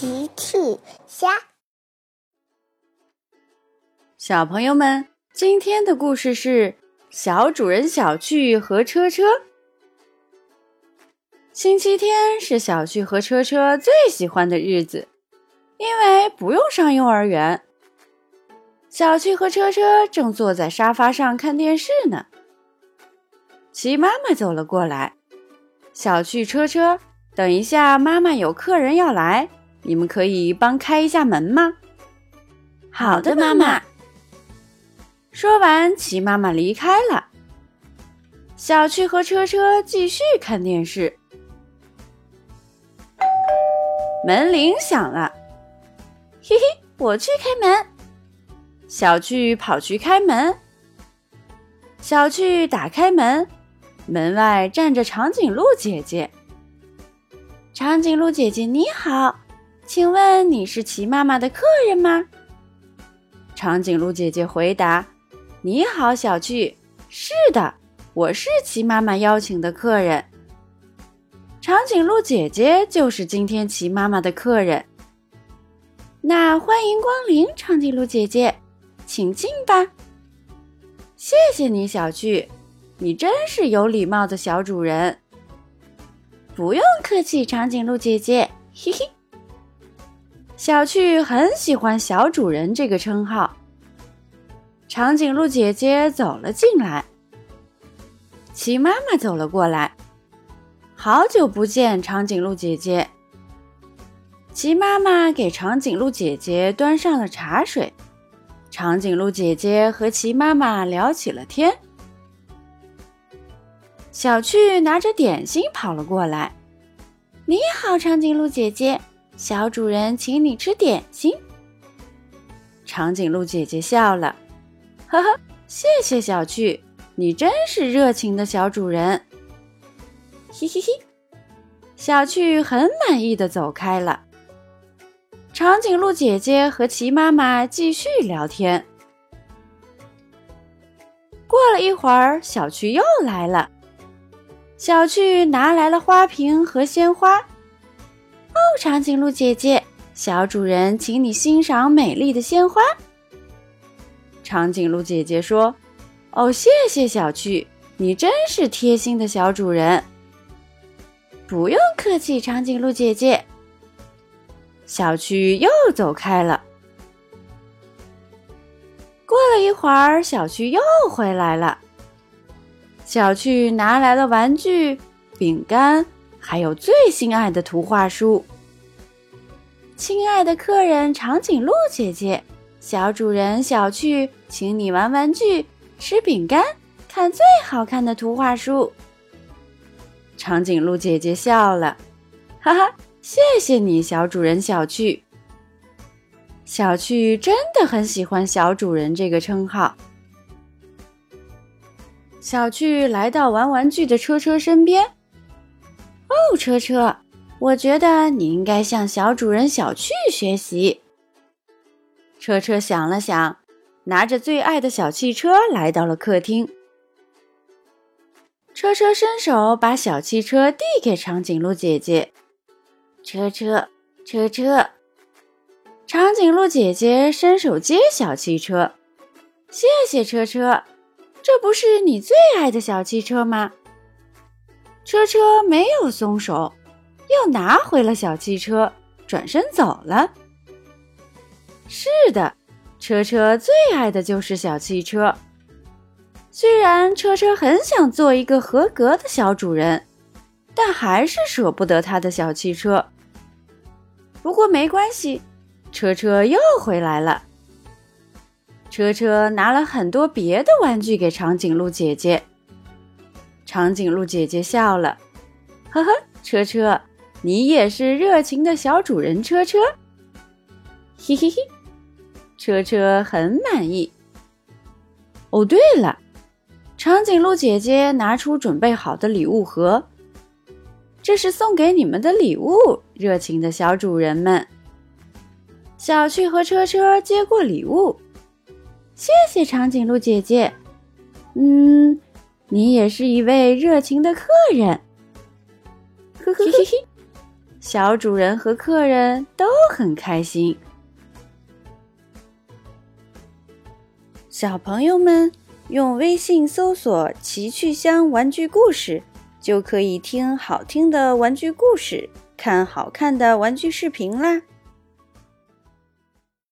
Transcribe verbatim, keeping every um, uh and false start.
奇趣虾。 小朋友们，今天的故事是小主人小趣和车车。星期天是小趣和车车最喜欢的日子，因为不用上幼儿园。小趣和车车正坐在沙发上看电视呢。齐妈妈走了过来，小趣、车车，等一下妈妈有客人要来，你们可以帮开一下门吗？ 好的，妈妈。 说完，齐妈妈离开了。小趣和车车继续看电视。门铃响了，嘿嘿，我去开门。小趣跑去开门。小趣打开门，门外站着长颈鹿姐姐。长颈鹿姐姐你好，请问你是齐妈妈的客人吗？长颈鹿姐姐回答：你好，小趣。是的，我是齐妈妈邀请的客人。长颈鹿姐姐就是今天齐妈妈的客人。那欢迎光临，长颈鹿姐姐，请进吧。谢谢你，小趣，你真是有礼貌的小主人。不用客气，长颈鹿姐姐，嘿嘿。小趣很喜欢小主人这个称号。长颈鹿姐姐走了进来，齐妈妈走了过来。好久不见，长颈鹿姐姐。齐妈妈给长颈鹿姐姐端上了茶水，长颈鹿姐姐和齐妈妈聊起了天。小趣拿着点心跑了过来。你好，长颈鹿姐姐，小主人请你吃点心。长颈鹿姐姐笑了，呵呵，谢谢小趣，你真是热情的小主人。嘿嘿嘿，小趣很满意地走开了。长颈鹿姐姐和齐妈妈继续聊天。过了一会儿，小趣又来了。小趣拿来了花瓶和鲜花。哦，长颈鹿姐姐，小主人请你欣赏美丽的鲜花。长颈鹿姐姐说：哦，谢谢小趣，你真是贴心的小主人。不用客气，长颈鹿姐姐。小趣又走开了。过了一会儿，小趣又回来了。小趣拿来了玩具、饼干，还有最心爱的图画书。亲爱的客人长颈鹿姐姐，小主人小趣请你玩玩具、吃饼干，看最好看的图画书。长颈鹿姐姐笑了，哈哈，谢谢你，小主人小趣。小趣真的很喜欢小主人这个称号。小趣来到玩玩具的车车身边。哦，车车，我觉得你应该向小主人小趣学习。车车想了想，拿着最爱的小汽车来到了客厅。车车伸手把小汽车递给长颈鹿姐姐。车车，车车。长颈鹿姐姐伸手接小汽车。谢谢车车，这不是你最爱的小汽车吗？车车没有松手，又拿回了小汽车，转身走了。是的，车车最爱的就是小汽车。虽然车车很想做一个合格的小主人，但还是舍不得他的小汽车。不过没关系，车车又回来了。车车拿了很多别的玩具给长颈鹿姐姐。长颈鹿姐姐笑了，呵呵，车车，你也是热情的小主人车车。嘿嘿嘿，车车很满意。哦，对了，长颈鹿姐姐拿出准备好的礼物盒，这是送给你们的礼物，热情的小主人们。小趣和车车接过礼物，谢谢长颈鹿姐姐。嗯，你也是一位热情的客人。呵呵嘿嘿， 小主人和客人都很开心。小朋友们用微信搜索奇趣箱玩具故事，就可以听好听的玩具故事，看好看的玩具视频啦。